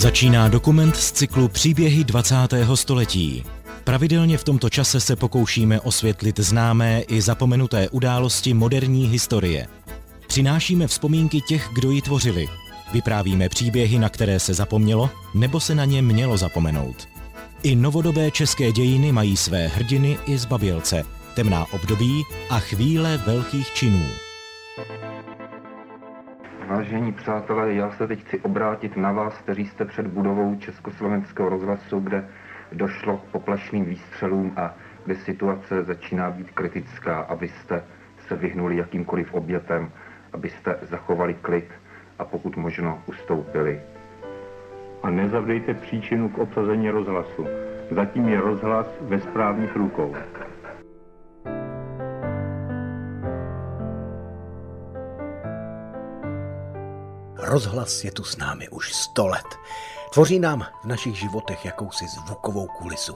Začíná dokument z cyklu Příběhy 20. století. Pravidelně v tomto čase se pokoušíme osvětlit známé i zapomenuté události moderní historie. Přinášíme vzpomínky těch, kdo ji tvořili. Vyprávíme příběhy, na které se zapomnělo, nebo se na ně mělo zapomenout. I novodobé české dějiny mají své hrdiny i zbabělce, temná období a chvíle velkých činů. Vážení přátelé, já se teď chci obrátit na vás, kteří jste před budovou Československého rozhlasu, kde došlo k poplašným výstřelům a kde situace začíná být kritická, abyste se vyhnuli jakýmkoliv obětem, abyste zachovali klid a pokud možno ustoupili. A nezavdejte příčinu k obsazení rozhlasu. Zatím je rozhlas ve správných rukou. Rozhlas je tu s námi už 100 let. Tvoří nám v našich životech jakousi zvukovou kulisu.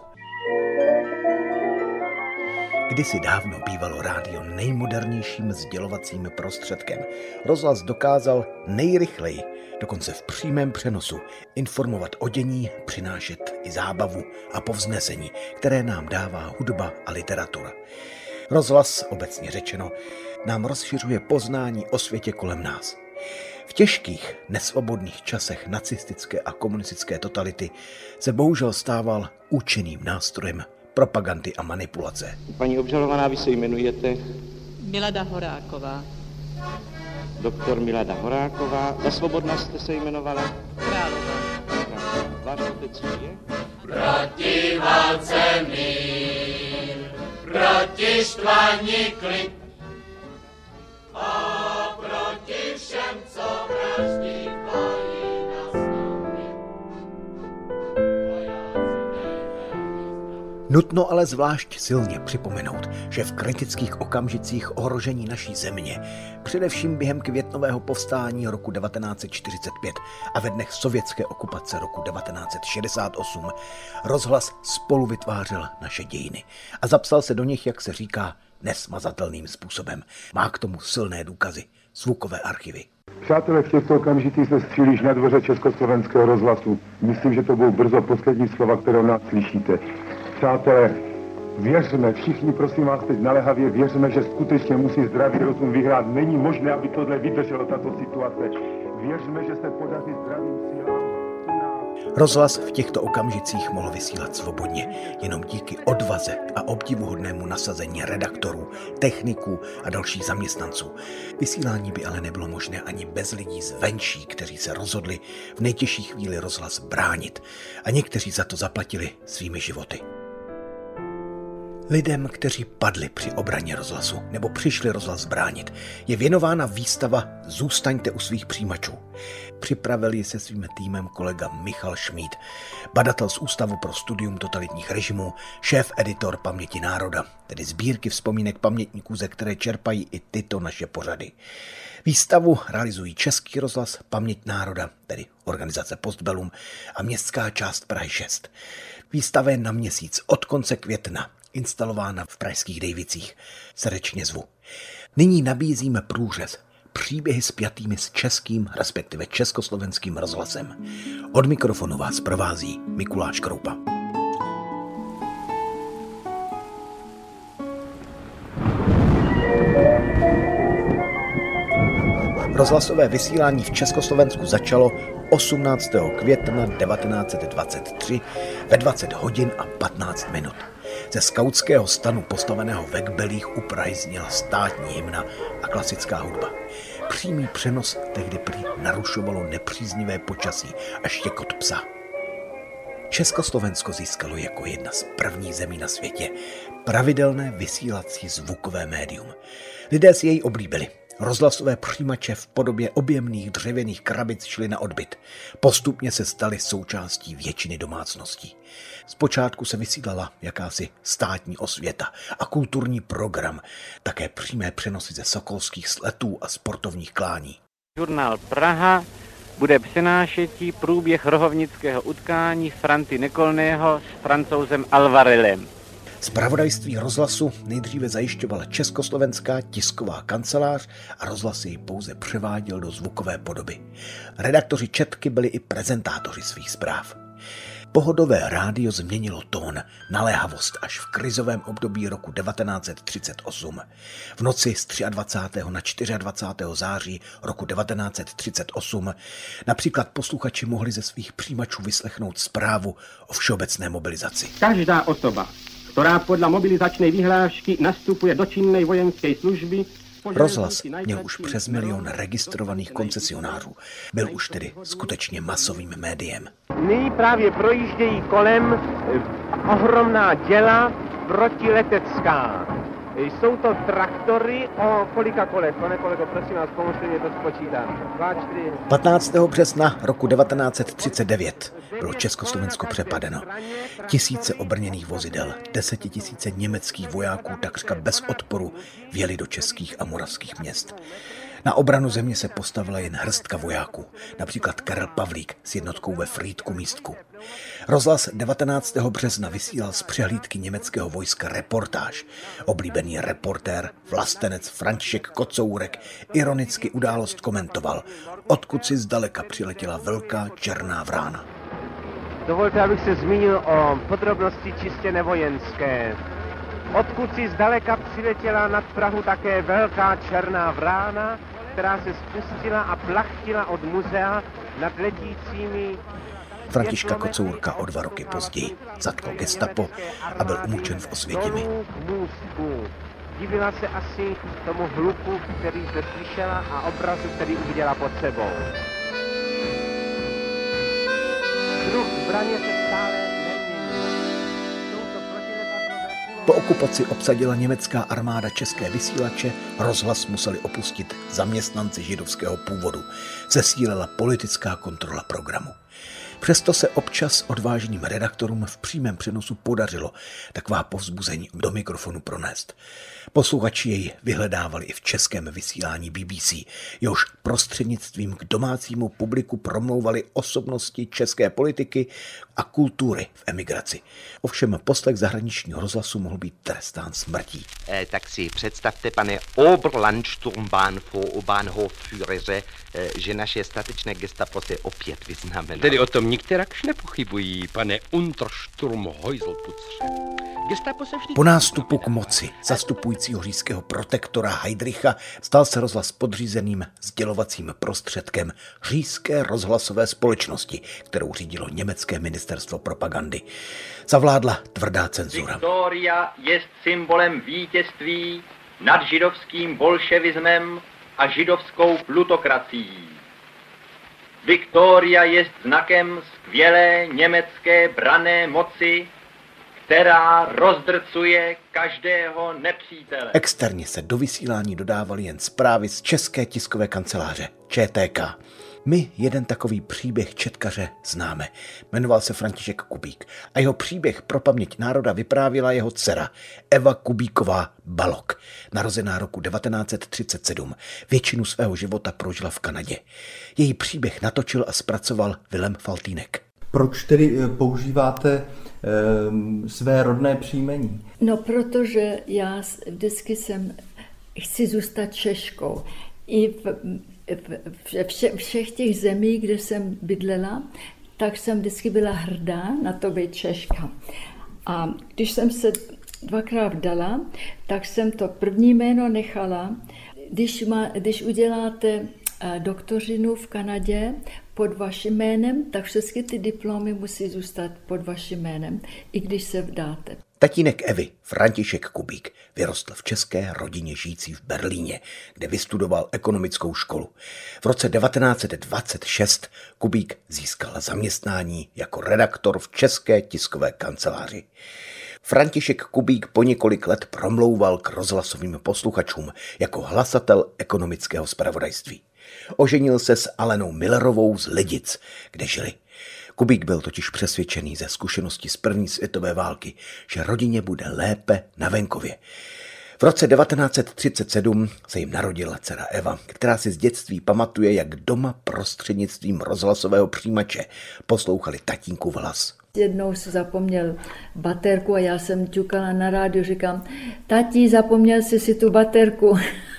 Kdysi dávno bývalo rádio nejmodernějším sdělovacím prostředkem. Rozhlas dokázal nejrychleji, dokonce v přímém přenosu, informovat o dění, přinášet i zábavu a povznesení, které nám dává hudba a literatura. Rozhlas, obecně řečeno, nám rozšiřuje poznání o světě kolem nás. V těžkých, nesvobodných časech nacistické a komunistické totality se bohužel stával účinným nástrojem propagandy a manipulace. Paní obžalovaná, vy se jmenujete? Milada Horáková. Doktor Milada Horáková. Za svobodnost jste se jmenovala? Králová. Váš otec je? Proti válce mír, proti štvání klid a proti všem, co vraždí mají na snově. Nutno ale zvlášť silně připomenout, že v kritických okamžicích ohrožení naší země, především během květnového povstání roku 1945 a ve dnech sovětské okupace roku 1968, rozhlas spolu vytvářel naše dějiny a zapsal se do nich, jak se říká, nesmazatelným způsobem. Má k tomu silné důkazy, zvukové archivy. Přátelé, v těchto okamžitých se střílíš na dvoře Československého rozhlasu. Myslím, že to budou brzo poslední slova, které od nás slyšíte. Přátelé, věřme, všichni prosím vás teď naléhavě, věřme, že skutečně musí zdravý rozum vyhrát. Není možné, aby tohle vydrželo, tato situace. Věřme, že se podaří zdravým silám. Rozhlas v těchto okamžicích mohl vysílat svobodně, jenom díky odvaze a obdivuhodnému nasazení redaktorů, techniků a dalších zaměstnanců. Vysílání by ale nebylo možné ani bez lidí zvenčí, kteří se rozhodli v nejtěžší chvíli rozhlas bránit a někteří za to zaplatili svými životy. Lidem, kteří padli při obraně rozhlasu nebo přišli rozhlas bránit, je věnována výstava Zůstaňte u svých přijímačů. Připravil ji se svým týmem kolega Michal Šmíd, badatel z Ústavu pro studium totalitních režimů, šéf-editor Paměti národa, tedy sbírky vzpomínek pamětníků, ze které čerpají i tyto naše pořady. Výstavu realizují Český rozhlas, Paměť národa, tedy organizace Postbellum a městská část Prahy 6. Výstava je na měsíc od konce května, instalována v pražských Dejvicích. Srdečně zvu. Nyní nabízíme průřez, příběhy spjatými s českým, respektive československým rozhlasem. Od mikrofonu vás provází Mikuláš Kroupa. Rozhlasové vysílání v Československu začalo 18. května 1923 ve 20 hodin a 15 minut. Ze skautského stanu postaveného ve Kbelích u Prahy zněla státní hymna a klasická hudba. Přímý přenos tehdy prý narušovalo nepříznivé počasí a štěkot psa. Československo získalo jako jedna z prvních zemí na světě pravidelné vysílací zvukové médium. Lidé si jej oblíbili. Rozhlasové přijímače v podobě objemných dřevěných krabic šly na odbyt. Postupně se staly součástí většiny domácností. Zpočátku se vysílala jakási státní osvěta a kulturní program, také přímé přenosy ze sokolských sletů a sportovních klání. Žurnál Praha bude přenášetí průběh rohovnického utkání Franty Nekolného s Francouzem Alvarelem. Zpravodajství rozhlasu nejdříve zajišťovala Československá tisková kancelář a rozhlas jej pouze převáděl do zvukové podoby. Redaktoři četky byli i prezentátoři svých zpráv. Pohodové rádio změnilo tón, naléhavost až v krizovém období roku 1938. V noci z 23. na 24. září roku 1938 například posluchači mohli ze svých přijímačů vyslechnout zprávu o všeobecné mobilizaci. Každá osoba, ktorá podľa mobilizačnej vyhlášky nastupuje do činnej vojenskej služby. Rozhlas měl už přes 1 milion registrovaných koncesionářů. Byl už tedy skutečně masovým médiem. Nyní právě projíždějí kolem ohromná děla protiletecká. Jsou to traktory o kolika koles? Pane kolego, prosím vás, pomůžte mě to spočítat. 2, 4... 15. března roku 1939 bylo Československo přepadeno. Tisíce obrněných vozidel, 10 000 německých vojáků takřka bez odporu vjeli do českých a moravských měst. Na obranu země se postavila jen hrstka vojáků, například Karel Pavlík s jednotkou ve Frýdku místku. Rozhlas 19. března vysílal z přehlídky německého vojska reportáž. Oblíbený reportér, vlastenec František Kocourek ironicky událost komentoval, odkud si zdaleka přiletěla velká černá vrána. Dovolte, abych se zmínil o podrobnosti čistě nevojenské. Odkud si zdaleka přiletěla nad Prahu také velká černá vrána, která se spustila a plachtila od muzea nad letícími... Františka Kocourka o 2 roky později zatklo gestapo a byl umučen v Osvětimi. Divila se asi tomu hluku, který se slyšela, a obrazu, který uviděla pod sebou. Druh zbraně se stále nemění. Po okupaci obsadila německá armáda české vysílače, rozhlas museli opustit zaměstnanci židovského původu. Zesílila politická kontrola programu. Přesto se občas odvážným redaktorům v přímém přenosu podařilo taková povzbuzení do mikrofonu pronést. Posluchači jej vyhledávali i v českém vysílání BBC, jehož prostřednictvím k domácímu publiku promlouvali osobnosti české politiky a kultury v emigraci. Ovšem poslech zahraničního rozhlasu mohl být trestán smrtí. Tak si představte, pane Oberlandsturmbahn vor Bahnhof-Führeře, že naše statečné gestapo se opět vyznamenalo. Tedy o tom nikterakž nepochybují, pane Untersturmhäuselputzře. Po nástupu k moci zastupujícího říšského protektora Heydricha stal se rozhlas podřízeným sdělovacím prostředkem říšské rozhlasové společnosti, kterou řídilo německé ministerstvo propagandy. Zavládla tvrdá cenzura. Viktoria je symbolem vítězství nad židovským bolševismem a židovskou plutokracií. Viktoria je znakem skvělé německé branné moci, která rozdrcuje každého nepřítele. Externě se do vysílání dodávaly jen zprávy z České tiskové kanceláře, ČTK. My jeden takový příběh četkaře známe. Jmenoval se František Kubík a jeho příběh pro paměť národa vyprávěla jeho dcera Eva Kubíková Balog, narozená roku 1937. Většinu svého života prožila v Kanadě. Její příběh natočil a zpracoval Vilém Faltýnek. Proč tedy používáte své rodné příjmení? No, protože já vždycky chci zůstat Češkou. I všech těch zemí, kde jsem bydlela, tak jsem vždycky byla hrdá na to být Češka. A když jsem se 2krát vdala, tak jsem to první jméno nechala. Když uděláte doktorinu v Kanadě pod vaším jménem, tak všechny ty diplomy musí zůstat pod vaším jménem, i když se vdáte. Tatínek Evy, František Kubík, vyrostl v české rodině žijící v Berlíně, kde vystudoval ekonomickou školu. V roce 1926 Kubík získal zaměstnání jako redaktor v České tiskové kanceláři. František Kubík po několik let promlouval k rozhlasovým posluchačům jako hlasatel ekonomického zpravodajství. Oženil se s Alenou Millerovou z Lidic, kde žili. Kubík byl totiž přesvědčený ze zkušenosti z první světové války, že rodině bude lépe na venkově. V roce 1937 se jim narodila dcera Eva, která si z dětství pamatuje, jak doma prostřednictvím rozhlasového přijímače poslouchali tatínkův hlas. Jednou se zapomněl baterku a já jsem ťukala na rádiu, říkám, tati, zapomněl jsi si tu baterku.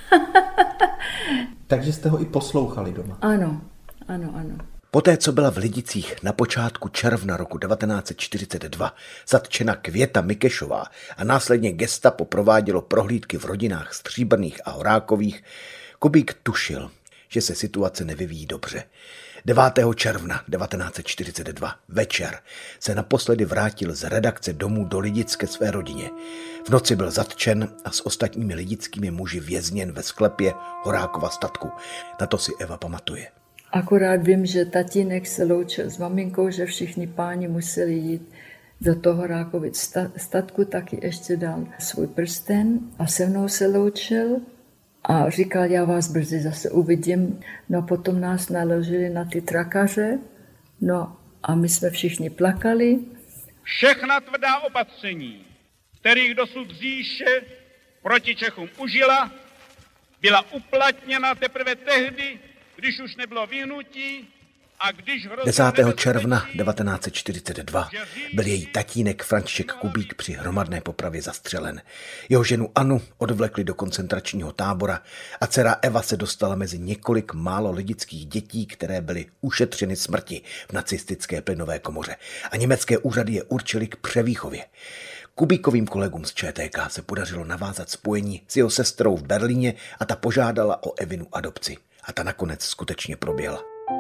Takže jste ho i poslouchali doma? Ano. Poté, co byla v Lidicích na počátku června roku 1942 zatčena Květa Mikešová a následně gestapo provádělo prohlídky v rodinách Stříbrných a Horákových, Kubík tušil, že se situace nevyvíjí dobře. 9. června 1942 večer se naposledy vrátil z redakce domů do Lidic ke své rodině. V noci byl zatčen a s ostatními lidickými muži vězněn ve sklepě Horákova statku. Na to si Eva pamatuje. Akorát vím, že tatínek se loučil s maminkou, že všichni páni museli jít do toho Horákovic statku, taky ještě dal svůj prsten a se mnou se loučil a říkal, já vás brzy zase uvidím. No potom nás naložili na ty trakaře, no a my jsme všichni plakali. Všechna tvrdá opatření, kterých dosud říše proti Čechům užila, byla uplatněna teprve tehdy, když už nebylo vyhnutí a když 10. června 1942 byl její tatínek František Kubík při hromadné popravě zastřelen. Jeho ženu Anu odvlekli do koncentračního tábora a dcera Eva se dostala mezi několik málo lidických dětí, které byly ušetřeny smrti v nacistické plynové komoře a německé úřady je určily k převýchově. Kubíkovým kolegům z ČTK se podařilo navázat spojení s jeho sestrou v Berlíně a ta požádala o Evinu adopci. A ta nakonec skutečně proběhla.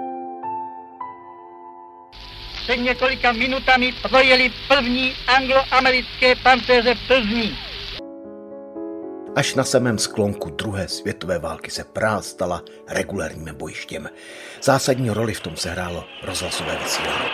Před několika minutami projeli první angloamerické pancéře v Plzni. Až na samém sklonku druhé světové války se Praha stala regulérním bojištěm. Zásadní roli v tom sehrálo rozhlasové vysílání.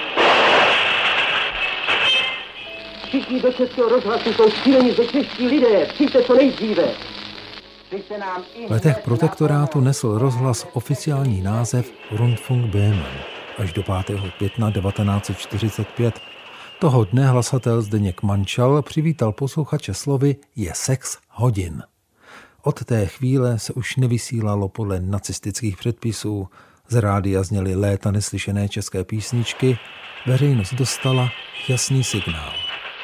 Všichni do Českého rozhlasu jsou šíleni ze čeští lidé, přijďte co nejdříve. V letech protektorátu nesl rozhlas oficiální název Rundfunk Böhmen až do 5. května 1945. Toho dne hlasatel Zdeněk Mančal přivítal posluchače slovy je 6 hodin. Od té chvíle se už nevysílalo podle nacistických předpisů. Z rádia zněly léta neslyšené české písničky. Veřejnost dostala jasný signál.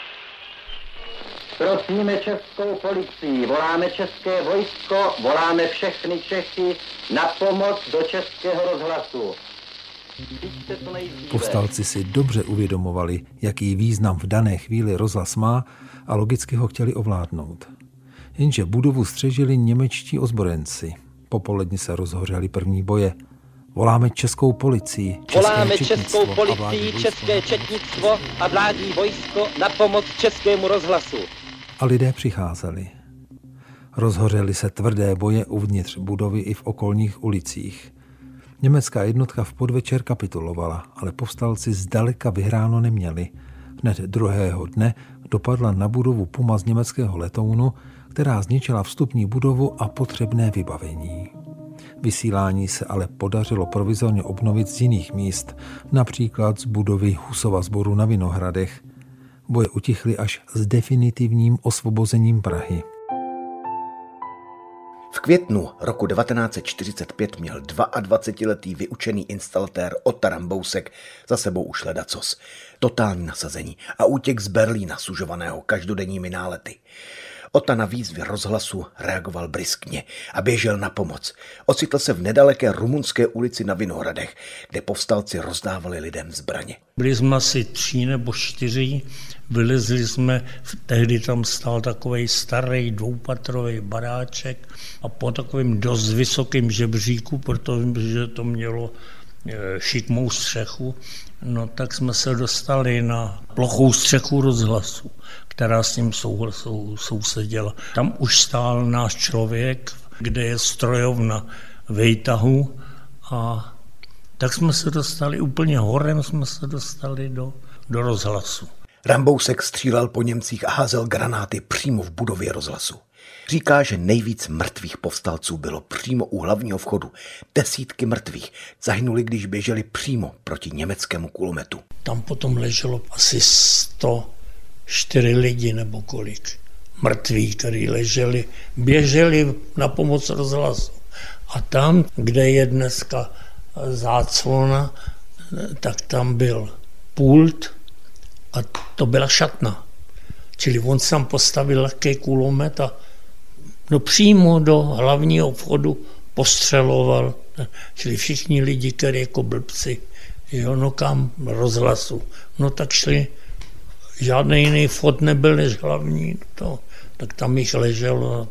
Prosíme českou policii, voláme české vojsko, voláme všechny Čechy na pomoc do Českého rozhlasu. Povstalci si dobře uvědomovali, jaký význam v dané chvíli rozhlas má a logicky ho chtěli ovládnout. Jenže budovu střežili němečtí ozbrojenci. Popoledni se rozhořely první boje. Voláme českou policii, české četnictvo a vládní vojsko na pomoc českému rozhlasu. A lidé přicházeli. Rozhořely se tvrdé boje uvnitř budovy i v okolních ulicích. Německá jednotka v podvečer kapitulovala, ale povstalci zdaleka vyhráno neměli. Hned druhého dne dopadla na budovu Puma z německého letounu, která zničila vstupní budovu a potřebné vybavení. Vysílání se ale podařilo provizorně obnovit z jiných míst, například z budovy Husova sboru na Vinohradech. Boje utichly až s definitivním osvobozením Prahy. V květnu roku 1945 měl 22letý vyučený instalatér Ota Rambousek za sebou už ledacos. Totální nasazení a útěk z Berlína sužovaného každodenními nálety. Ota na výzvy rozhlasu reagoval bryskně a běžel na pomoc. Ocitl se v nedaleké Rumunské ulici na Vinohradech, kde povstalci rozdávali lidem zbraně. Byli jsme asi 3 nebo 4, vylezli jsme, tehdy tam stál takovej starý dvoupatrový baráček a po takovém dost vysokém žebříku, protože to mělo šikmou střechu, no tak jsme se dostali na plochou střechu rozhlasu, která s tím souseděla. Tam už stál náš člověk, kde je strojovna výtahu a tak jsme se dostali úplně horem, jsme se dostali do rozhlasu. Rambousek střílel po Němcích a házel granáty přímo v budově rozhlasu. Říká, že nejvíc mrtvých povstalců bylo přímo u hlavního vchodu. Desítky mrtvých zahynuli, když běželi přímo proti německému kulometu. Tam potom leželo asi 104 lidi nebo kolik mrtví, kteří leželi, běželi na pomoc rozhlasu. A tam, kde je dneska záclona, tak tam byl pult a to byla šatna. Čili on sám postavil lehký kulomet a přímo do hlavního vchodu postřeloval. Čili všichni lidi, kteří jako blbci, kam rozhlasu. Tak šli, žádný jiný vchod nebyl než hlavní, tak tam jich leželo.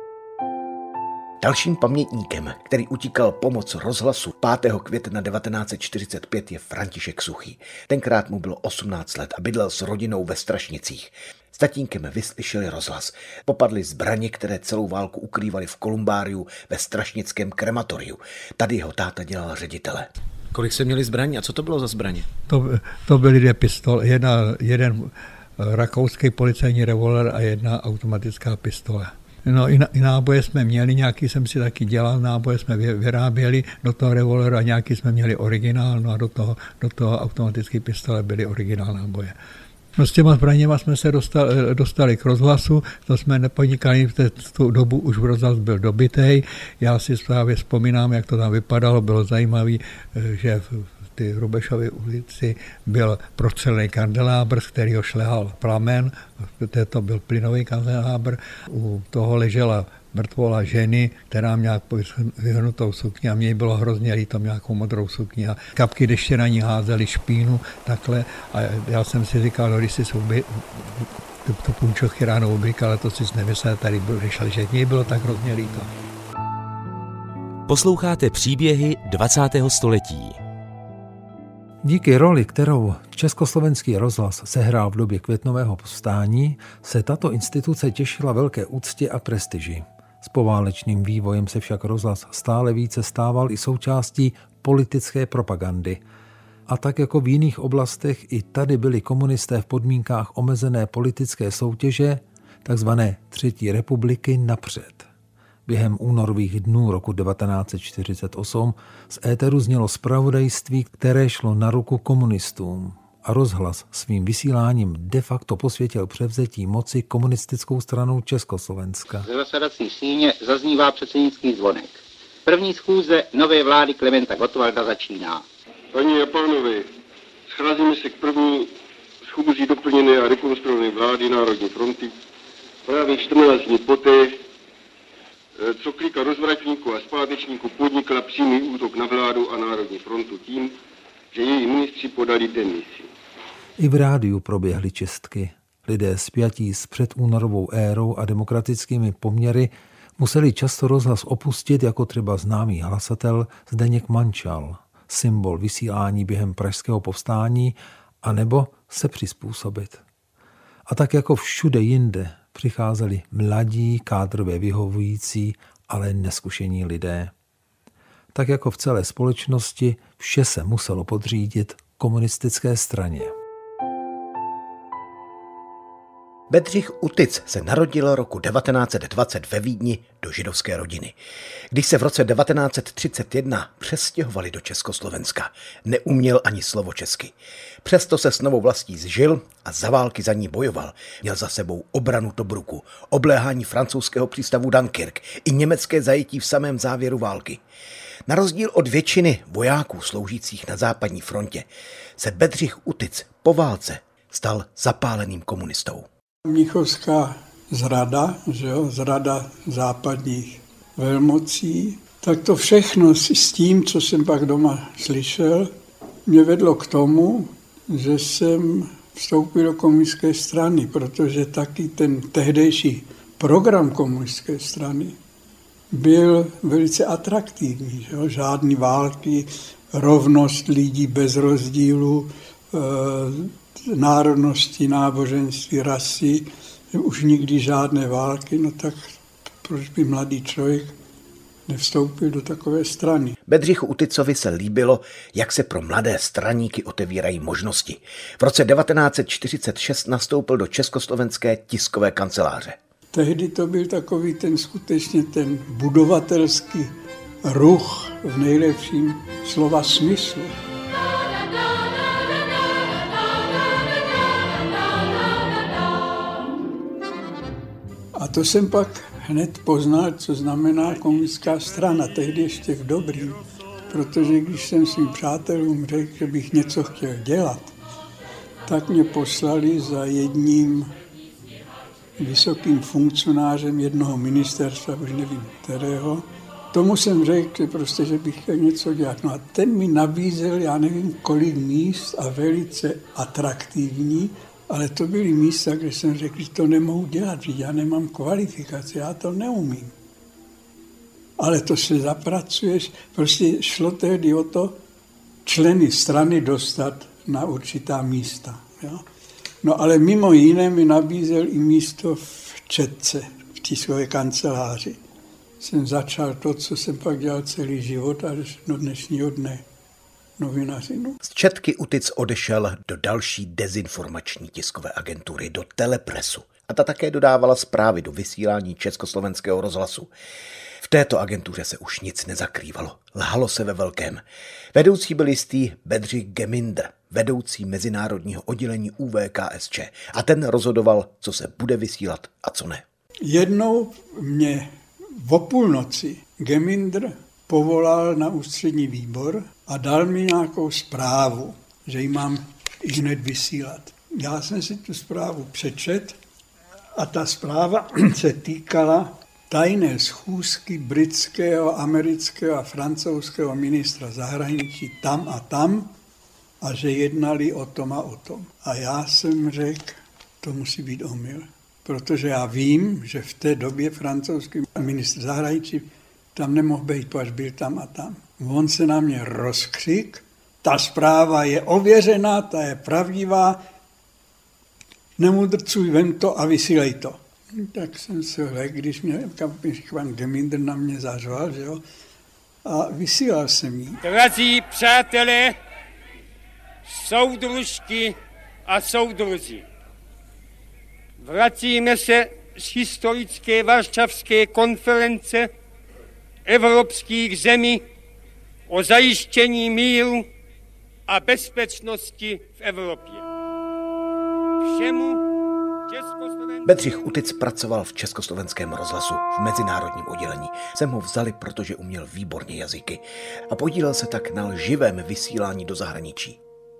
Dalším pamětníkem, který utíkal pomoc rozhlasu 5. května 1945, je František Suchý. Tenkrát mu bylo 18 let a bydlel s rodinou ve Strašnicích. S tatínkem vyslyšeli rozhlas. Popadly zbraně, které celou válku ukrývali v kolumbáriu ve strašnickém krematoriu. Tady jeho táta dělal ředitele. Kolik se měli zbraní a co to bylo za zbraně? To byly 2 pistole, jeden rakouský policejní revolver a jedna automatická pistole. I náboje jsme měli, nějaký jsem si taky dělal, náboje jsme vyráběli do toho revolveru a nějaký jsme měli originál, a do toho automatické pistole byly originál náboje. S těma zbraněma jsme se dostali k rozhlasu, to jsme nepodnikali, v tu dobu už rozhlas byl dobytej. Já si právě vzpomínám, jak to tam vypadalo, bylo zajímavé, že v té Rubešově ulici byl prostřelený kandelábr, z kterého šlehal plamen, to byl plynový kandelábr, u toho ležela mrtvola ženy, která měla vyhnutou sukni a mně bylo hrozně líto, nějakou modrou sukni a kapky deště na ní házely špínu takhle a já jsem si říkal, když si tu punčochy ráno oblíkal, ale to si nemyslel, tady vyšel, že mně bylo tak hrozně líto. Posloucháte příběhy 20. století. Díky roli, kterou Československý rozhlas sehrál v době květnového povstání, se tato instituce těšila velké úctě a prestiži. S poválečným vývojem se však rozhlas stále více stával i součástí politické propagandy. A tak jako v jiných oblastech i tady byli komunisté v podmínkách omezené politické soutěže, takzvané Třetí republiky, napřed. Během únorových dnů roku 1948 z éteru znělo zpravodajství, které šlo na ruku komunistům. A rozhlas svým vysíláním de facto posvětil převzetí moci komunistickou stranou Československa. Ze zasedací síně zaznívá předsednický zvonek. První schůze nové vlády Klementa Gottwalda začíná. Paní a pánové, scházíme se k první schůzi doplněné a rekonstruované vlády Národní fronty právě 14 dní poté, co klika rozvratníků a zpátečníků podnikla přímý útok na vládu a Národní frontu tím, že její ministři podali demisi. I v rádiu proběhly čistky. Lidé spjatí s předúnorovou érou a demokratickými poměry museli často rozhlas opustit, jako třeba známý hlasatel Zdeněk Mančal, symbol vysílání během pražského povstání, anebo se přizpůsobit. A tak jako všude jinde přicházeli mladí, kádrově vyhovující, ale neskušení lidé. Tak jako v celé společnosti vše se muselo podřídit komunistické straně. Bedřich Utic se narodil roku 1920 ve Vídni do židovské rodiny. Když se v roce 1931 přestěhovali do Československa, neuměl ani slovo česky. Přesto se s novou vlastí zžil a za války za ní bojoval. Měl za sebou obranu Tobruku, obléhání francouzského přístavu Dunkirk i německé zajetí v samém závěru války. Na rozdíl od většiny vojáků sloužících na západní frontě se Bedřich Utic po válce stal zapáleným komunistou. Mnichovská zrada západních velmocí, tak to všechno s tím, co jsem pak doma slyšel, mě vedlo k tomu, že jsem vstoupil do komunistické strany, protože taky ten tehdejší program komunistické strany byl velice atraktivní. Že? Žádný války, rovnost lidí bez rozdílu, národnosti, náboženství, rasy, už nikdy žádné války, no tak proč by mladý člověk nevstoupil do takové strany. Bedřichu Uticovi se líbilo, jak se pro mladé straníky otevírají možnosti. V roce 1946 nastoupil do Československé tiskové kanceláře. Tehdy to byl takový skutečně ten budovatelský ruch v nejlepším slova smyslu. A to jsem pak hned poznal, co znamená komunistická strana, tehdy ještě v dobrým, protože když jsem svým přátelům řekl, že bych něco chtěl dělat, tak mě poslali za jedním vysokým funkcionářem jednoho ministerstva, už nevím kterého. Tomu jsem řekl, prostě, že bych chtěl něco dělat. No a ten mi nabízel, já nevím, kolik míst a velice atraktivní, ale to byly místa, kde jsem řekl, že to nemohu dělat, že já nemám kvalifikaci, já to neumím. Ale to se zapracuješ, prostě šlo tehdy o to, členy strany dostat na určitá místa. Jo? No ale mimo jiné mi nabízel i místo v Četce, v tiskové kanceláři. Jsem začal to, co jsem pak dělal celý život až do dnešního dne. Novinařinu. Z Četky Utic odešel do další dezinformační tiskové agentury, do Telepresu. A ta také dodávala zprávy do vysílání Československého rozhlasu. V této agentuře se už nic nezakrývalo. Lhalo se ve velkém. Vedoucí byl jistý Bedřich Gemindr, vedoucí mezinárodního oddělení UVKSČ. A ten rozhodoval, co se bude vysílat a co ne. Jednou mě o půlnoci Gemindr povolal na ústřední výbor a dal mi nějakou zprávu, že ji mám hned vysílat. Já jsem si tu zprávu přečet a ta zpráva se týkala tajné schůzky britského, amerického a francouzského ministra zahraničí tam a tam a že jednali o tom a o tom. A já jsem řekl, to musí být omyl, protože já vím, že v té době francouzský ministr zahraničí tam nemohl být, až byl tam a tam. On se na mě rozkřik, ta zpráva je ověřená, ta je pravdivá, nemudrcuj, vem to a vysílej to. Tak jsem se lekl, když mě pan Gemindr na mě zařval, že jo, a vysílal jsem jí. Drazí přátelé, soudružky a soudruzi, vracíme se z historické Varšavské konference evropských zemí o zajištění míru a bezpečnosti v Evropě. Všemu Bedřich Utic pracoval v Československém rozhlasu v mezinárodním oddělení. Sem ho vzali, protože uměl výborně jazyky a podílel se tak na lživém vysílání do zahraničí.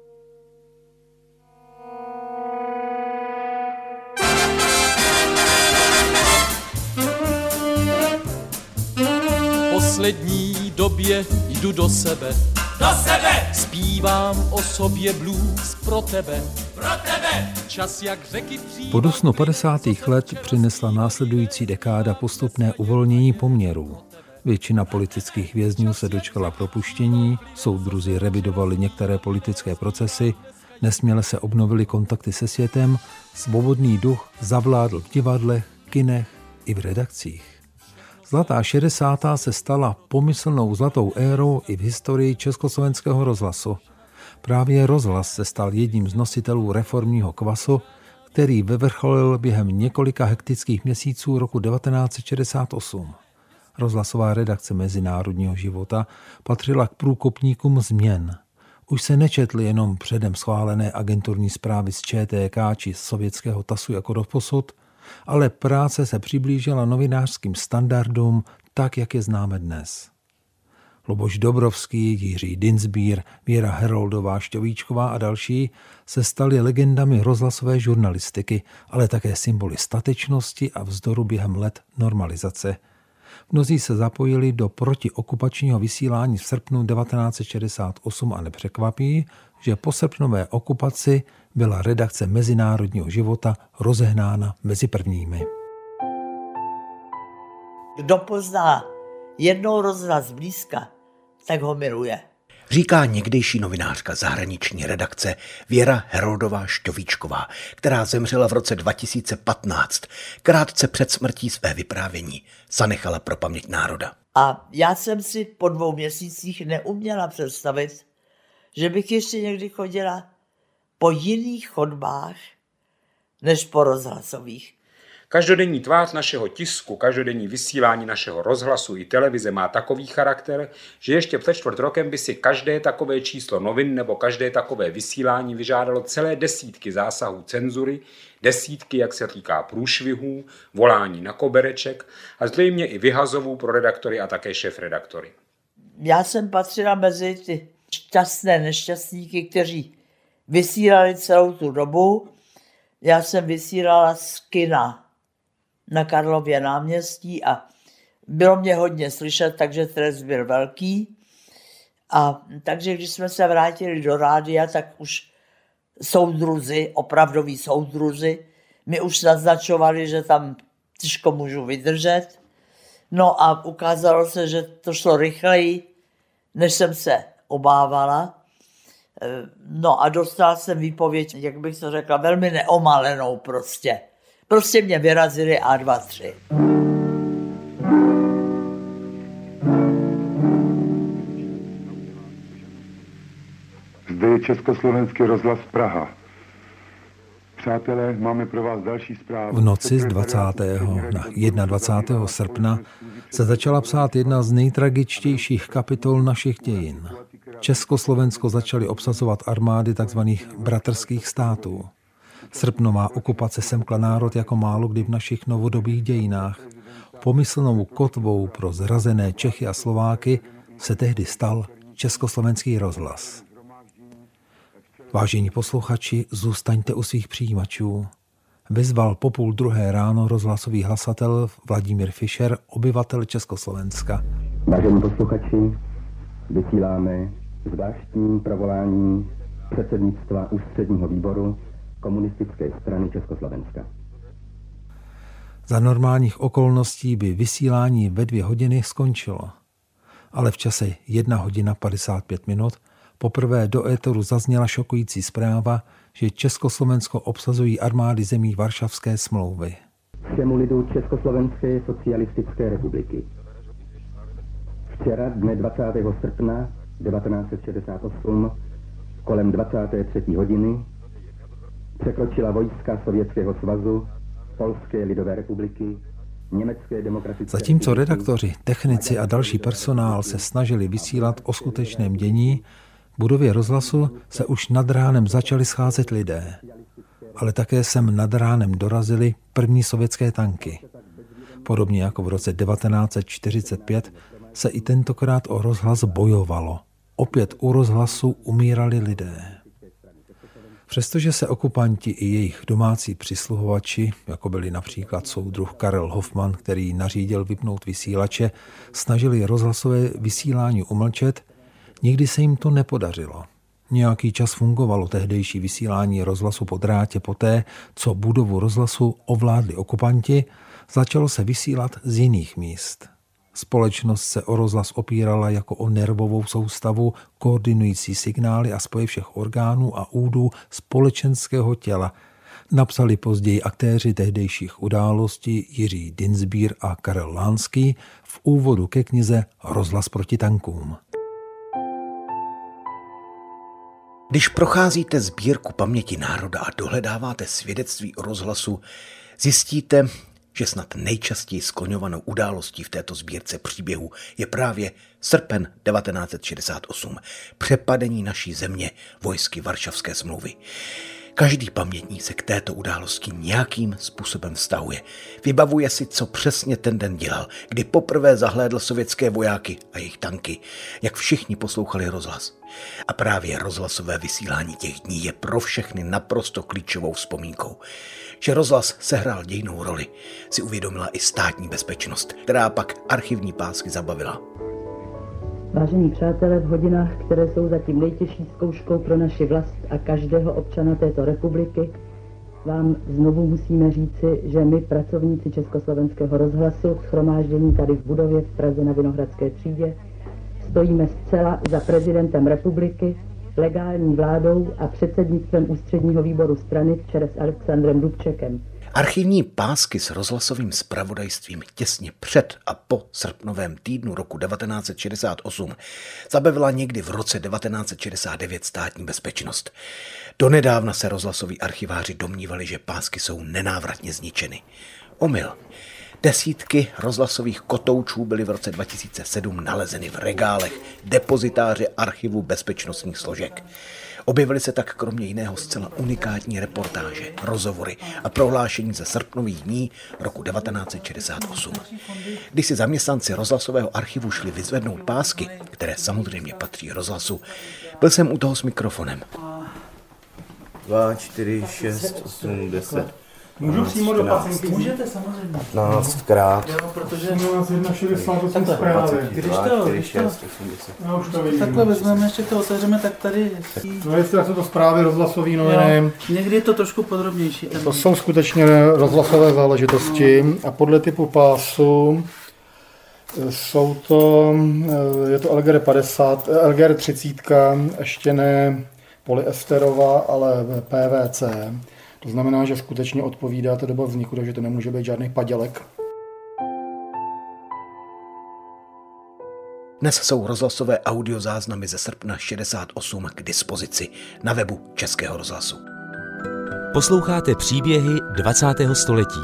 V poslední době jdu do sebe. Do sebe! Zpívám o sobě blues pro tebe. Pro tebe! Čas jak řeky přijde. Po dosnu 50. let přinesla následující dekáda postupné uvolnění poměrů. Většina politických vězňů se dočkala propuštění, soudruzi revidovali některé politické procesy, nesměle se obnovily kontakty se světem, svobodný duch zavládl v divadlech, kinech i v redakcích. Zlatá 60. se stala pomyslnou zlatou érou i v historii Československého rozhlasu. Právě rozhlas se stal jedním z nositelů reformního kvasu, který vyvrcholil během několika hektických měsíců roku 1968. Rozhlasová redakce mezinárodního života patřila k průkopníkům změn. Už se nečetly jenom předem schválené agenturní zprávy z ČTK či sovětského TASu jako doposud, ale práce se přiblížila novinářským standardům tak, jak je známe dnes. Luboš Dobrovský, Jiří Dinsbír, Věra Heroldová, Šťovíčková a další se stali legendami rozhlasové žurnalistiky, ale také symboly statečnosti a vzdoru během let normalizace. Mnozí se zapojili do protiokupačního vysílání v srpnu 1968 a nepřekvapí, že po srpnové okupaci byla redakce mezinárodního života rozehnána mezi prvními. Kdo pozná jednou rozhlas zblízka, tak ho miluje. Říká někdejší novinářka zahraniční redakce Věra Heroldová Šťovíčková, která zemřela v roce 2015, krátce před smrtí své vyprávění. Zanechala pro paměť národa. A já jsem si po 2 měsících neuměla představit, že bych ještě někdy chodila po jiných chodbách, než po rozhlasových. Každodenní tvář našeho tisku, každodenní vysílání našeho rozhlasu i televize má takový charakter, že ještě před 4 rokem by si každé takové číslo novin nebo každé takové vysílání vyžádalo celé desítky zásahů cenzury, desítky, jak se říká, průšvihů, volání na kobereček a zřejmě i vyhazovů pro redaktory a také šéfredaktory. Já jsem patřila mezi ty šťastné nešťastníky, kteří vysílali celou tu dobu. Já jsem vysílala z kina na Karlově náměstí a bylo mě hodně slyšet, takže stres byl velký. A takže když jsme se vrátili do rádia, tak už soudruzi, opravdoví soudruzi, mi už naznačovali, že tam těžko můžu vydržet. No a ukázalo se, že to šlo rychleji, než jsem se obávala. No a dostala jsem výpověď, jak bych to řekla, velmi neomalenou prostě. Prostě mě vyrazili A2-3. Zde je Československý rozhlas Praha. Přátelé, máme pro vás další zprávu. V noci z 20. na 21. srpna se začala psát jedna z nejtragičtějších kapitol našich dějin. Československo začaly obsazovat armády tzv. Bratrských států. Srpnová okupace semkla národ jako málo kdy v našich novodobých dějinách. Pomyslnou kotvou pro zrazené Čechy a Slováky se tehdy stal Československý rozhlas. Vážení posluchači, zůstaňte u svých přijímačů. Vyzval po 1:30 ráno rozhlasový hlasatel Vladimír Fischer, obyvatel Československa. Vážení posluchači, vysíláme zvláštní provolání předsednictva ústředního výboru Komunistické strany Československa. Za normálních okolností by vysílání ve 2 hodiny skončilo. Ale v čase 1:55 poprvé do éteru zazněla šokující zpráva, že Československo obsazují armády zemí Varšavské smlouvy. Všemu lidu Československé socialistické republiky. Včera, dne 20. srpna 1968, kolem 23. hodiny, překročila vojska Sovětského svazu, Polské lidové republiky, Německé demokratické... Zatímco redaktoři, technici a další personál se snažili vysílat o skutečném dění, v budově rozhlasu se už nad ránem začali scházet lidé. Ale také sem nad ránem dorazily první sovětské tanky. Podobně jako v roce 1945 se i tentokrát o rozhlas bojovalo. Opět u rozhlasu umírali lidé. Přestože se okupanti i jejich domácí přisluhovači, jako byli například soudruh Karel Hoffmann, který nařídil vypnout vysílače, snažili rozhlasové vysílání umlčet, nikdy se jim to nepodařilo. Nějaký čas fungovalo tehdejší vysílání rozhlasu po drátě poté, co budovu rozhlasu ovládli okupanti, začalo se vysílat z jiných míst. Společnost se o rozhlas opírala jako o nervovou soustavu, koordinující signály a spoje všech orgánů a údů společenského těla. Napsali později aktéři tehdejších událostí Jiří Dinsbír a Karel Lánský v úvodu ke knize Rozhlas proti tankům. Když procházíte sbírku paměti národa a dohledáváte svědectví o rozhlasu, zjistíte, že snad nejčastěji skloňovanou událostí v této sbírce příběhů je právě srpen 1968, přepadení naší země vojsky Varšavské smlouvy. Každý pamětník se k této události nějakým způsobem vztahuje. Vybavuje si, co přesně ten den dělal, kdy poprvé zahlédl sovětské vojáky a jejich tanky, jak všichni poslouchali rozhlas. A právě rozhlasové vysílání těch dní je pro všechny naprosto klíčovou vzpomínkou. Že rozhlas sehrál dějinnou roli, si uvědomila i státní bezpečnost, která pak archivní pásky zabavila. Vážení přátelé, v hodinách, které jsou zatím nejtěžší zkouškou pro naši vlast a každého občana této republiky, vám znovu musíme říci, že my, pracovníci Československého rozhlasu, shromáždění tady v budově v Praze na Vinohradské třídě, stojíme zcela za prezidentem republiky, legální vládou a předsednictvem ústředního výboru strany v čele s Alexandrem Dubčekem. Archivní pásky s rozhlasovým zpravodajstvím těsně před a po srpnovém týdnu roku 1968 zabavila někdy v roce 1969 státní bezpečnost. Donedávna se rozhlasoví archiváři domnívali, že pásky jsou nenávratně zničeny. Omyl. Desítky rozhlasových kotoučů byly v roce 2007 nalezeny v regálech depozitáře archivu bezpečnostních složek. Objevily se tak kromě jiného zcela unikátní reportáže, rozhovory a prohlášení ze srpnových dní roku 1968. Když si zaměstnanci rozhlasového archivu šli vyzvednout pásky, které samozřejmě patří rozhlasu, byl jsem u toho s mikrofonem. 2, 4, 6, 8, 10. Můžu přímo do pacenky? Můžete samozřejmě. 15krát. Jo, protože 1,68 zprávy. Když to, 6, 80. No, už to vidím. Takhle vezmeme, ještě to otevřeme, tak tady... No jestli jsou to zprávy rozhlasový noviny. Někdy je to trošku podrobnější. To jsou skutečně rozhlasové záležitosti a podle typu pásu jsou to, je to LGR 50, LGR 30, ještě ne polyesterová, ale PVC. To znamená, že skutečně odpovídá té doba vzniku, takže to nemůže být žádný padělek. Dnes jsou rozhlasové audiozáznamy ze srpna 68 k dispozici na webu Českého rozhlasu. Posloucháte příběhy 20. století.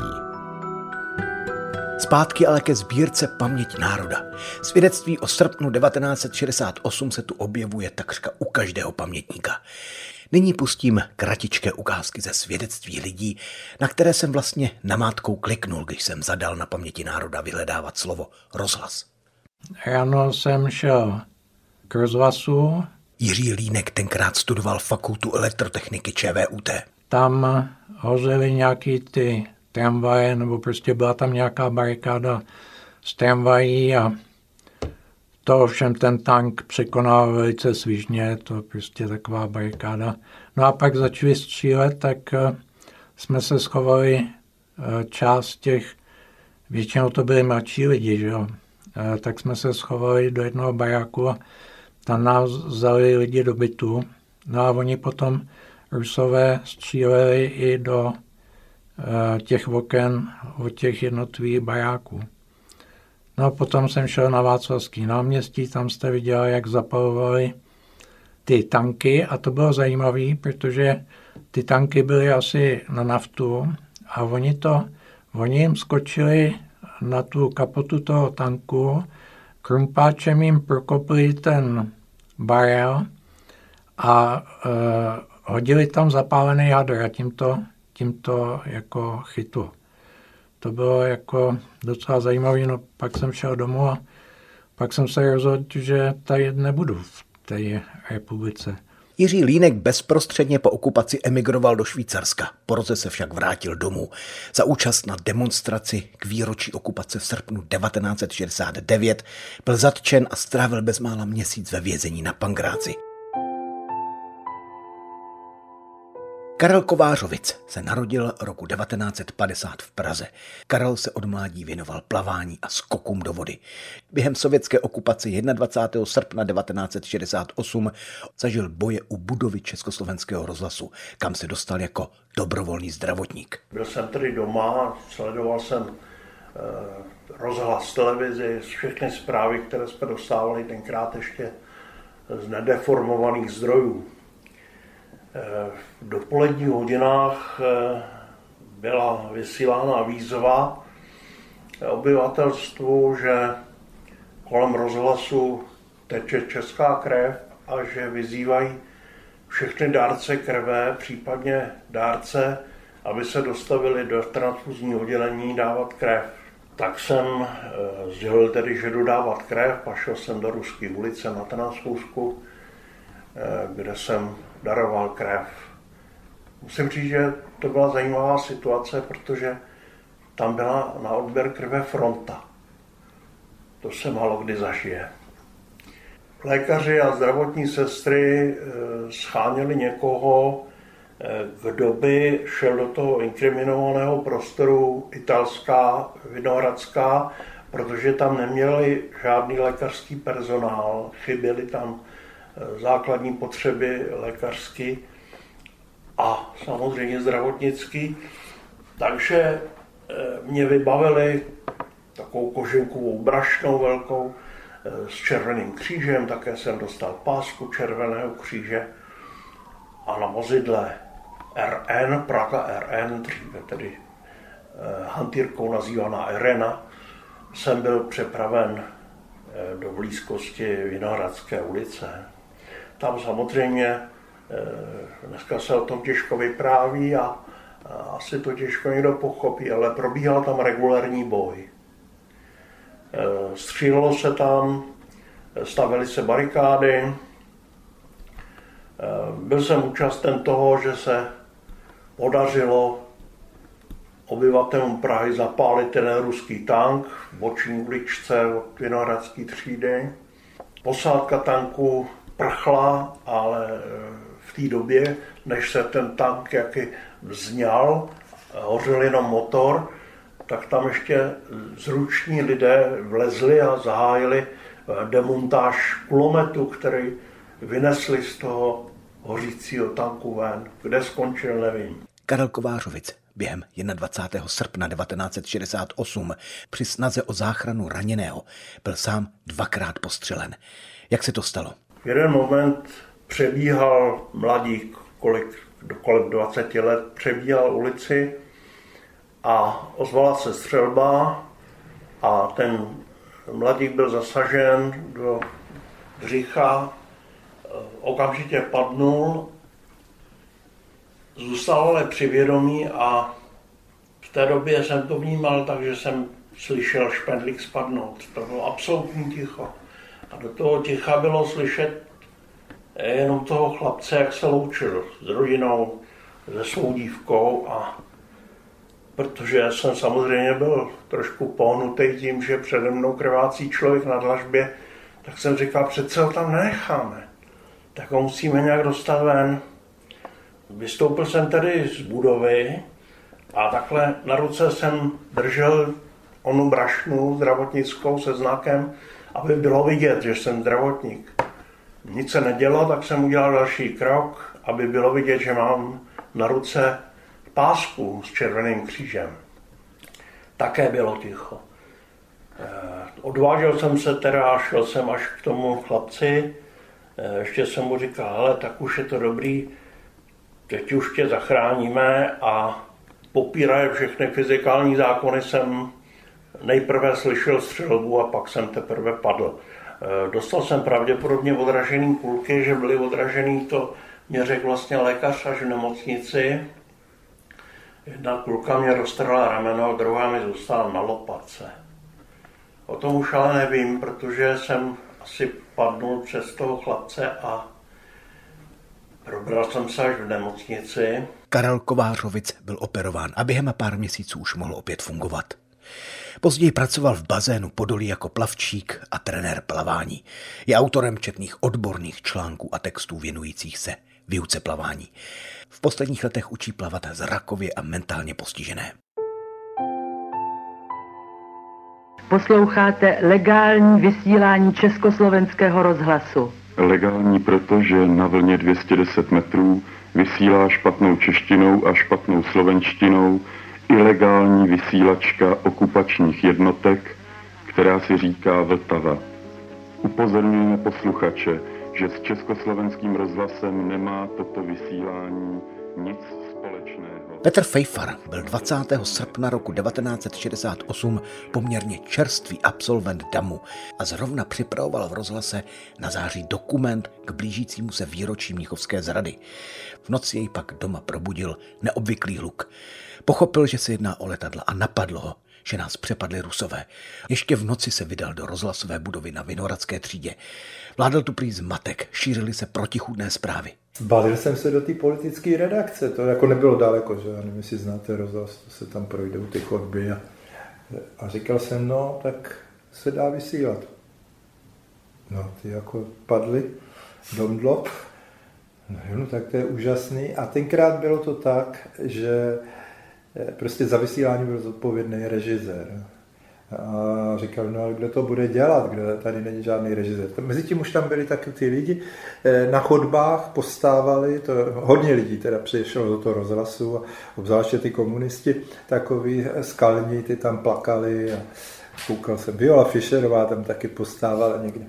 Zpátky ale ke sbírce Paměť národa. Svědectví o srpnu 1968 se tu objevuje takřka u každého pamětníka. Nyní pustím kratičké ukázky ze svědectví lidí, na které jsem vlastně namátkou kliknul, když jsem zadal na Paměti národa vyhledávat slovo rozhlas. Ráno jsem šel k rozhlasu. Jiří Línek tenkrát studoval fakultu elektrotechniky ČVUT. Tam hořely nějaký ty tramvaje, nebo prostě byla tam nějaká barikáda z tramvají a to ovšem ten tank překonal velice svižně, to prostě taková barikáda. No a pak začali střílet, tak jsme se schovali část těch, většinou to byli mladší lidi, že jo? Tak jsme se schovali do jednoho baráku a tam nás vzali lidi do bytu. No a oni potom Rusové stříleli i do těch oken od těch jednotlivých baráků. No a potom jsem šel na Václavský náměstí, tam jste viděli, jak zapalovali ty tanky a to bylo zajímavé, protože ty tanky byly asi na naftu a oni jim skočili na tu kapotu toho tanku, krumpáčem jim prokopli ten barel a hodili tam zapálený hadr a tím to jako chytlo. To bylo jako docela zajímavé, no pak jsem šel domů a pak jsem se rozhodl, že tady nebudu v té republice. Jiří Línek bezprostředně po okupaci emigroval do Švýcarska. Po roce se však vrátil domů. Za účast na demonstraci k výročí okupace v srpnu 1969 byl zatčen a strávil bezmála měsíc ve vězení na Pangráci. Karel Kovářovic se narodil roku 1950 v Praze. Karel se od mládí věnoval plavání a skokům do vody. Během sovětské okupace 21. srpna 1968 zažil boje u budovy Československého rozhlasu, kam se dostal jako dobrovolný zdravotník. Byl jsem tedy doma, sledoval jsem rozhlas, televizi, všechny zprávy, které jsme dostávali tenkrát ještě z nedeformovaných zdrojů. V dopoledních hodinách byla vysílána výzva obyvatelstvu, že kolem rozhlasu teče česká krev a že vyzývají všechny dárce krve, případně dárce, aby se dostavili do transfuzního oddělení dávat krev. Tak jsem sdělil tedy, že jdu dávat krev a šel jsem do Ruské ulice na transfuzku, kde jsem daroval krev. Musím říct, že to byla zajímavá situace, protože tam byla na odběr krve fronta. To se málo kdy zažije. Lékaři a zdravotní sestry scháněli někoho, kdo by šel do toho inkriminovaného prostoru italská, vinohradská, protože tam neměli žádný lékařský personál, chyběly tam základní potřeby lékařský a samozřejmě zdravotnický. Takže mě vybavili takovou koženkovou brašnou velkou s červeným křížem, také jsem dostal pásku červeného kříže a na vozidle RN, Praga RN, dříve tedy hantýrkou nazývaná Irena, jsem byl přepraven do blízkosti Vinohradské ulice. Tam samozřejmě dneska se o tom těžko vypráví a asi to těžko někdo pochopí, ale probíhal tam regulární boj. Střílelo se tam, stavily se barikády. Byl jsem účasten toho, že se podařilo obyvatelům Prahy zapálit ten ruský tank v boční uličce od Vinohradské třídy. Posádka tanku prchla, ale v té době, než se ten tank jaký vzňal, hořel jenom motor, tak tam ještě zruční lidé vlezli a zahájili demontáž kulometu, který vynesli z toho hořícího tanku ven. Kde skončil, nevím. Karel Kovářovic během 21. srpna 1968 při snaze o záchranu raněného byl sám 2krát postřelen. Jak se to stalo? V jeden moment přebíhal mladík, kolem 20 let, přebíhal ulici a ozvala se střelba a ten mladík byl zasažen do břicha, okamžitě padnul, zůstal ale při vědomí a v té době jsem to vnímal, takže jsem slyšel špendlík spadnout. To bylo absolutní ticho. A do toho ticha bylo slyšet jenom toho chlapce, jak se loučil s rodinou, se svou dívkou, a protože jsem samozřejmě byl trošku pohnutý tím, že přede mnou krvácí člověk na dlažbě, tak jsem říkal, přece ho tam nenecháme, tak ho musíme nějak dostat ven. Vystoupil jsem tedy z budovy a takhle na ruce jsem držel onu brašnu zdravotnickou se znakem, aby bylo vidět, že jsem zdravotník. Nic se nedělo, tak jsem udělal další krok, aby bylo vidět, že mám na ruce pásku s červeným křížem. Také bylo ticho. Odvážel jsem se teda a šel jsem až k tomu chlapci. Ještě jsem mu říkal, hele, tak už je to dobrý, teď už tě zachráníme, a popíraje všechny fyzikální zákony jsem nejprve slyšel střelbu a pak jsem teprve padl. Dostal jsem pravděpodobně odražený kulky, že byly odražený, to mě řekl vlastně lékař až v nemocnici. Jedna kulka mě roztrhla rameno, druhá mi zůstala na lopatce. O tom už ale nevím, protože jsem asi padnul přes toho chlapce a probral jsem se až v nemocnici. Karel Kovářovic byl operován a během pár měsíců už mohl opět fungovat. Později pracoval v bazénu Podolí jako plavčík a trenér plavání. Je autorem četných odborných článků a textů věnujících se výuce plavání. V posledních letech učí plavat zrakově a mentálně postižené. Posloucháte legální vysílání Československého rozhlasu. Legální, protože na vlně 210 metrů vysílá špatnou češtinou a špatnou slovenštinou ilegální vysílačka okupačních jednotek, která si říká Vltava. Upozorňujeme posluchače, že s Československým rozhlasem nemá toto vysílání nic společného. Petr Fejfar byl 20. srpna roku 1968 poměrně čerstvý absolvent DAMu a zrovna připravoval v rozhlase na září dokument k blížícímu se výročí mnichovské zrady. V noci jej pak doma probudil neobvyklý hluk. Pochopil, že se jedná o letadla a napadlo ho, že nás přepadli Rusové. Ještě v noci se vydal do rozhlasové budovy na Vinohradské třídě. Vládl tu prý zmatek, šířily se protichůdné zprávy. Balil jsem se do té politické redakce, to jako nebylo daleko, že já nevím, jestli znáte rozhlas, to se tam projdou ty chodby a říkal jsem, no, tak se dá vysílat. No, ty jako padly, domdlop, no, tak to je úžasný. A tenkrát bylo to tak, že prostě za vysílání byl zodpovědný režisér. A říkal, no ale kdo to bude dělat, kdo tady není žádný režisér. Mezitím už tam byli taky ty lidi, na chodbách postávali, to hodně lidí teda přišlo do toho rozhlasu, a obzvláště ty komunisti, takový skalní, ty tam plakali a koukal jsem, Viola Fischerová tam taky postávala někde,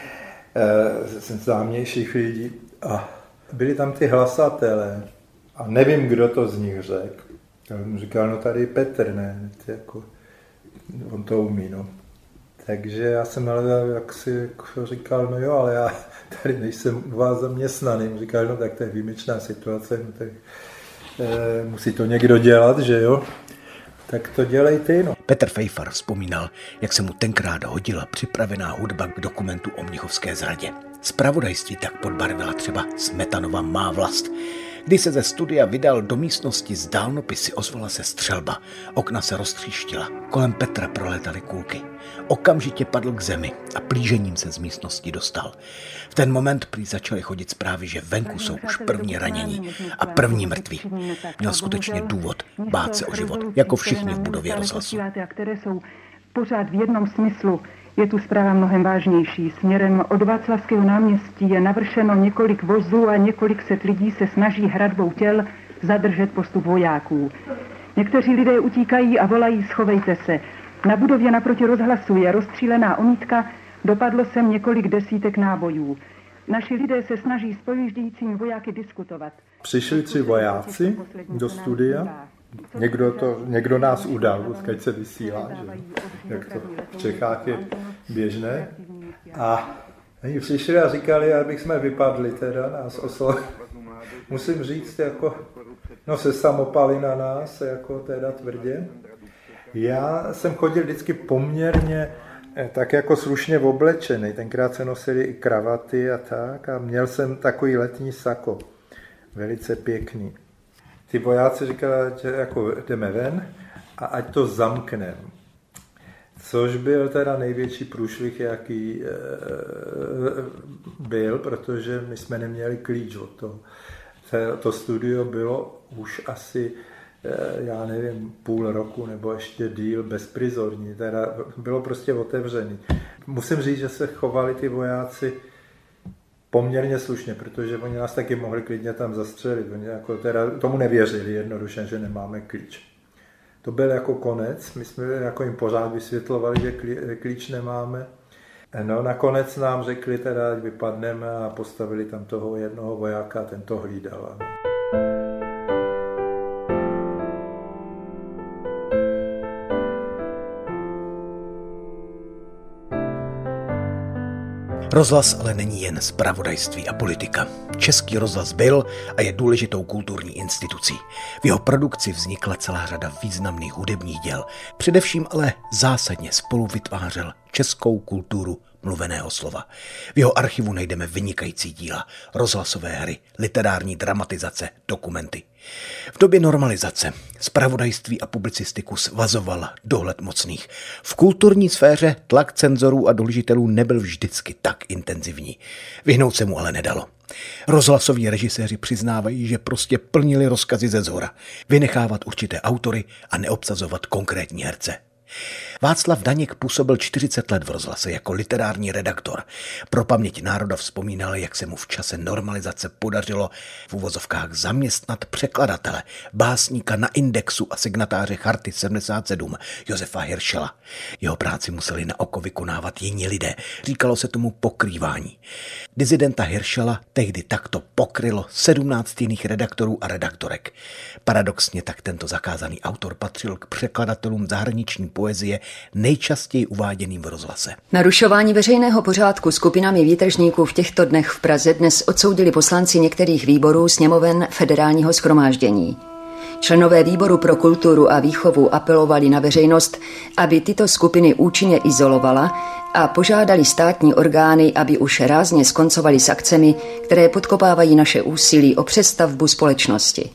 známějších lidí, a byli tam ty hlasatelé a nevím, kdo to z nich řekl. Já mu říkal, no tady Petr, ne, jako, on to umí, no. Takže já jsem ale jak si říkal, no jo, ale já tady nejsem u vás zaměstnaný. Říkal, no tak to je výjimečná situace, no tak musí to někdo dělat, že jo. Tak to dělej ty, no. Petr Fejfar vzpomínal, jak se mu tenkrát hodila připravená hudba k dokumentu o mnichovské zradě. Zpravodajství tak podbarvila třeba Smetanova Má vlast, Když se ze studia vydal do místnosti s dálnopisy, ozvala se střelba. Okna se roztříštila, kolem Petra proletaly kulky. Okamžitě padl k zemi a plížením se z místnosti dostal. V ten moment prý začaly chodit zprávy, že venku jsou už první ranění a první mrtví. Měl skutečně důvod bát se o život, jako všichni v budově rozhlasu. Které jsou pořád v jednom smyslu, je tu zpráva mnohem vážnější. Směrem od Václavského náměstí je navršeno několik vozů a několik set lidí se snaží hradbou těl zadržet postup vojáků. Někteří lidé utíkají a volají schovejte se. Na budově naproti rozhlasu je rozstřílená omítka, dopadlo sem několik desítek nábojů. Naši lidé se snaží s pojíždějícími vojáky diskutovat. Přišli 3 vojáci do studia. Někdo nás udal, keď se vysílá, že? Jak to v Čechách je běžné. A oni přišli a říkali, abych jsme vypadli teda, nás musím říct, jako, se samopali na nás, jako teda tvrdě. Já jsem chodil vždycky poměrně tak jako slušně oblečený, tenkrát se nosili i kravaty a tak a měl jsem takový letní sako, velice pěkný. Ty vojáci říkali, že jako jdeme ven a ať to zamkneme. Což byl teda největší průšvih, jaký byl, protože my jsme neměli klíč od toho. To studio bylo už asi, já nevím, půl roku nebo ještě díl bezprizorní, teda bylo prostě otevřený. Musím říct, že se chovali ty vojáci poměrně slušně, protože oni nás taky mohli klidně tam zastřelit. Oni jako teda tomu nevěřili jednoduše, že nemáme klíč. To byl jako konec, my jsme jako jim pořád vysvětlovali, že klíč nemáme. No nakonec nám řekli teda, ať vypadneme a postavili tam toho jednoho vojáka a ten to hlídal. Rozhlas ale není jen zpravodajství a politika. Český rozhlas byl a je důležitou kulturní institucí. V jeho produkci vznikla celá řada významných hudebních děl. Především ale zásadně spolu vytvářel českou kulturu mluveného slova. V jeho archivu najdeme vynikající díla, rozhlasové hry, literární dramatizace, dokumenty. V době normalizace zpravodajství a publicistiku svazoval dohled mocných. V kulturní sféře tlak cenzorů a dohlížitelů nebyl vždycky tak intenzivní. Vyhnout se mu ale nedalo. Rozhlasoví režiséři přiznávají, že prostě plnili rozkazy ze zhora, vynechávat určité autory a neobsazovat konkrétní herce. Václav Daněk působil 40 let v rozhlase jako literární redaktor. Pro paměť národa vzpomínal, jak se mu v čase normalizace podařilo v uvozovkách zaměstnat překladatele, básníka na Indexu a signatáře Charty 77 Josefa Hirschela. Jeho práci museli na oko vykonávat jiní lidé. Říkalo se tomu pokrývání. Dizidenta Hirschela tehdy takto pokrylo 17 jiných redaktorů a redaktorek. Paradoxně tak tento zakázaný autor patřil k překladatelům zahraniční poezie nejčastěji uváděným v rozhlase. Narušování veřejného pořádku skupinami výtržníků v těchto dnech v Praze dnes odsoudili poslanci některých výborů sněmoven Federálního shromáždění. Členové výboru pro kulturu a výchovu apelovali na veřejnost, aby tyto skupiny účinně izolovala a požádali státní orgány, aby už rázně skoncovali s akcemi, které podkopávají naše úsilí o přestavbu společnosti.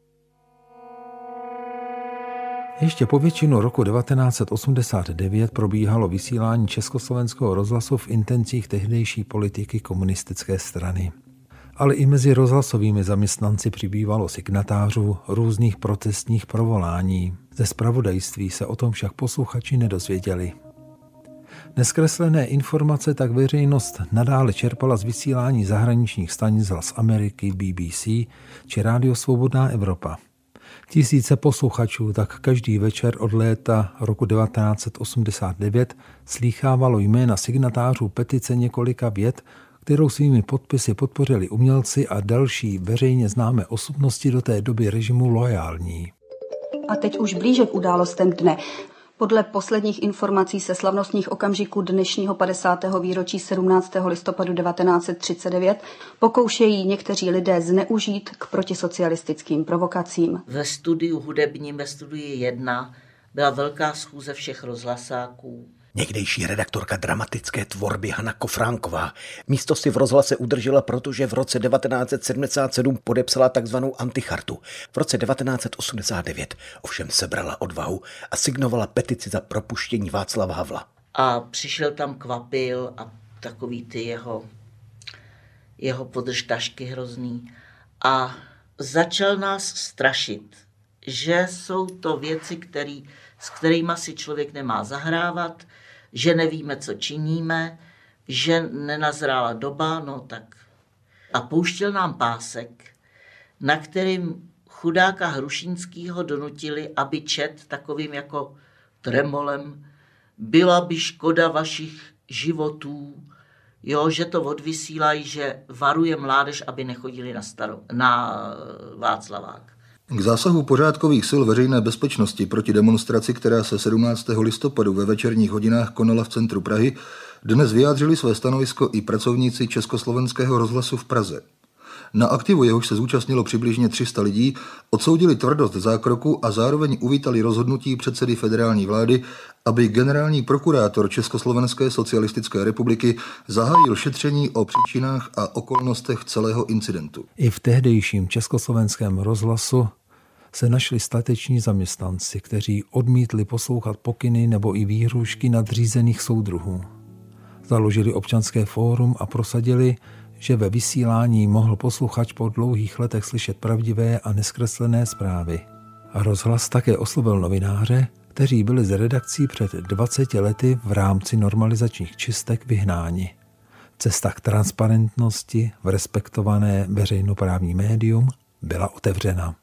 Ještě po většinu roku 1989 probíhalo vysílání Československého rozhlasu v intencích tehdejší politiky komunistické strany. Ale i mezi rozhlasovými zaměstnanci přibývalo signatářů různých protestních provolání. Ze zpravodajství se o tom však posluchači nedozvěděli. Neskreslené informace tak veřejnost nadále čerpala z vysílání zahraničních stanic Hlas Ameriky, BBC či Rádio Svobodná Evropa. Tisíce posluchačů tak každý večer od léta roku 1989 slýchávalo jména signatářů petice několika vět, kterou svými podpisy podpořili umělci a další veřejně známé osobnosti do té doby režimu loajální. A teď už blíže k událostem dne. Podle posledních informací se slavnostních okamžiků dnešního 50. výročí 17. listopadu 1939 pokoušejí někteří lidé zneužít k protisocialistickým provokacím. Ve studiu hudebním, ve studiu 1, byla velká schůze všech rozhlasáků. Někdejší redaktorka dramatické tvorby Hana Kofránková místo si v rozhlase udržela, protože v roce 1977 podepsala takzvanou antichartu. V roce 1989 ovšem sebrala odvahu a signovala petici za propuštění Václava Havla. A přišel tam Kvapil a takový ty jeho podržtašky hrozný. A začal nás strašit, že jsou to věci, s kterými si člověk nemá zahrávat, že nevíme, co činíme, že nenazrála doba, no tak. A pouštěl nám pásek, na kterým chudáka Hrušínskýho donutili, aby čet takovým jako tremolem: byla by škoda vašich životů, jo, že to odvysílají, že varuje mládež, aby nechodili na Václavák. K zásahu pořádkových sil veřejné bezpečnosti proti demonstraci, která se 17. listopadu ve večerních hodinách konala v centru Prahy, dnes vyjádřili své stanovisko i pracovníci Československého rozhlasu v Praze. Na aktivu, jehož se zúčastnilo přibližně 300 lidí, odsoudili tvrdost zákroku a zároveň uvítali rozhodnutí předsedy federální vlády, aby generální prokurátor Československé socialistické republiky zahájil šetření o příčinách a okolnostech celého incidentu. I v tehdejším Československém rozhlasu se našli stateční zaměstnanci, kteří odmítli poslouchat pokyny nebo i výhrůžky nadřízených soudruhů. Založili občanské fórum a prosadili, že ve vysílání mohl posluchač po dlouhých letech slyšet pravdivé a neskreslené zprávy. A rozhlas také oslovil novináře, kteří byli z redakcí před 20 lety v rámci normalizačních čistek vyhnáni. Cesta k transparentnosti v respektované veřejnoprávní médium byla otevřena.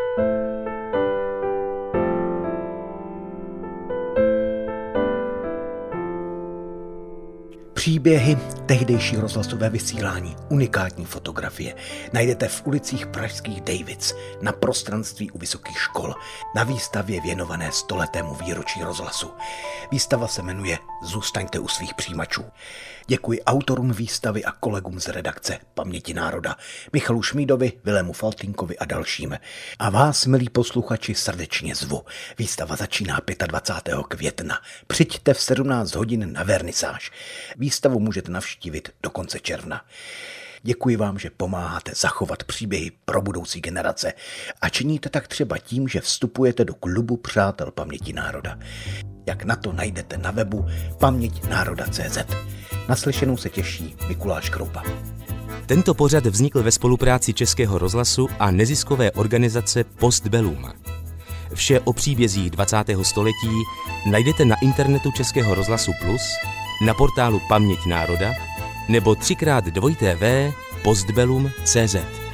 Příběhy, tehdejší rozhlasové vysílání, unikátní fotografie najdete v ulicích pražských Davids, na prostranství u vysokých škol, na výstavě věnované 100letému výročí rozhlasu. Výstava se jmenuje Zůstaňte u svých přijímačů. Děkuji autorům výstavy a kolegům z redakce Paměti národa, Michalu Šmídovi, Vilému Faltýnkovi a dalším. A vás, milí posluchači, srdečně zvu. Výstava začíná 25. května. Přijďte v 17 hodin na vernisáž. Výstavu můžete navštívit do konce června. Děkuji vám, že pomáháte zachovat příběhy pro budoucí generace a činíte tak třeba tím, že vstupujete do klubu Přátel paměti národa. Jak na to najdete na webu pamětnároda.cz. Naslyšenou se těší Mikuláš Kroupa. Tento pořad vznikl ve spolupráci Českého rozhlasu a neziskové organizace Postbellum. Vše o příbězích 20. století najdete na internetu Českého rozhlasu Plus, na portálu Paměť národa nebo 3x2tv postbellum.cz.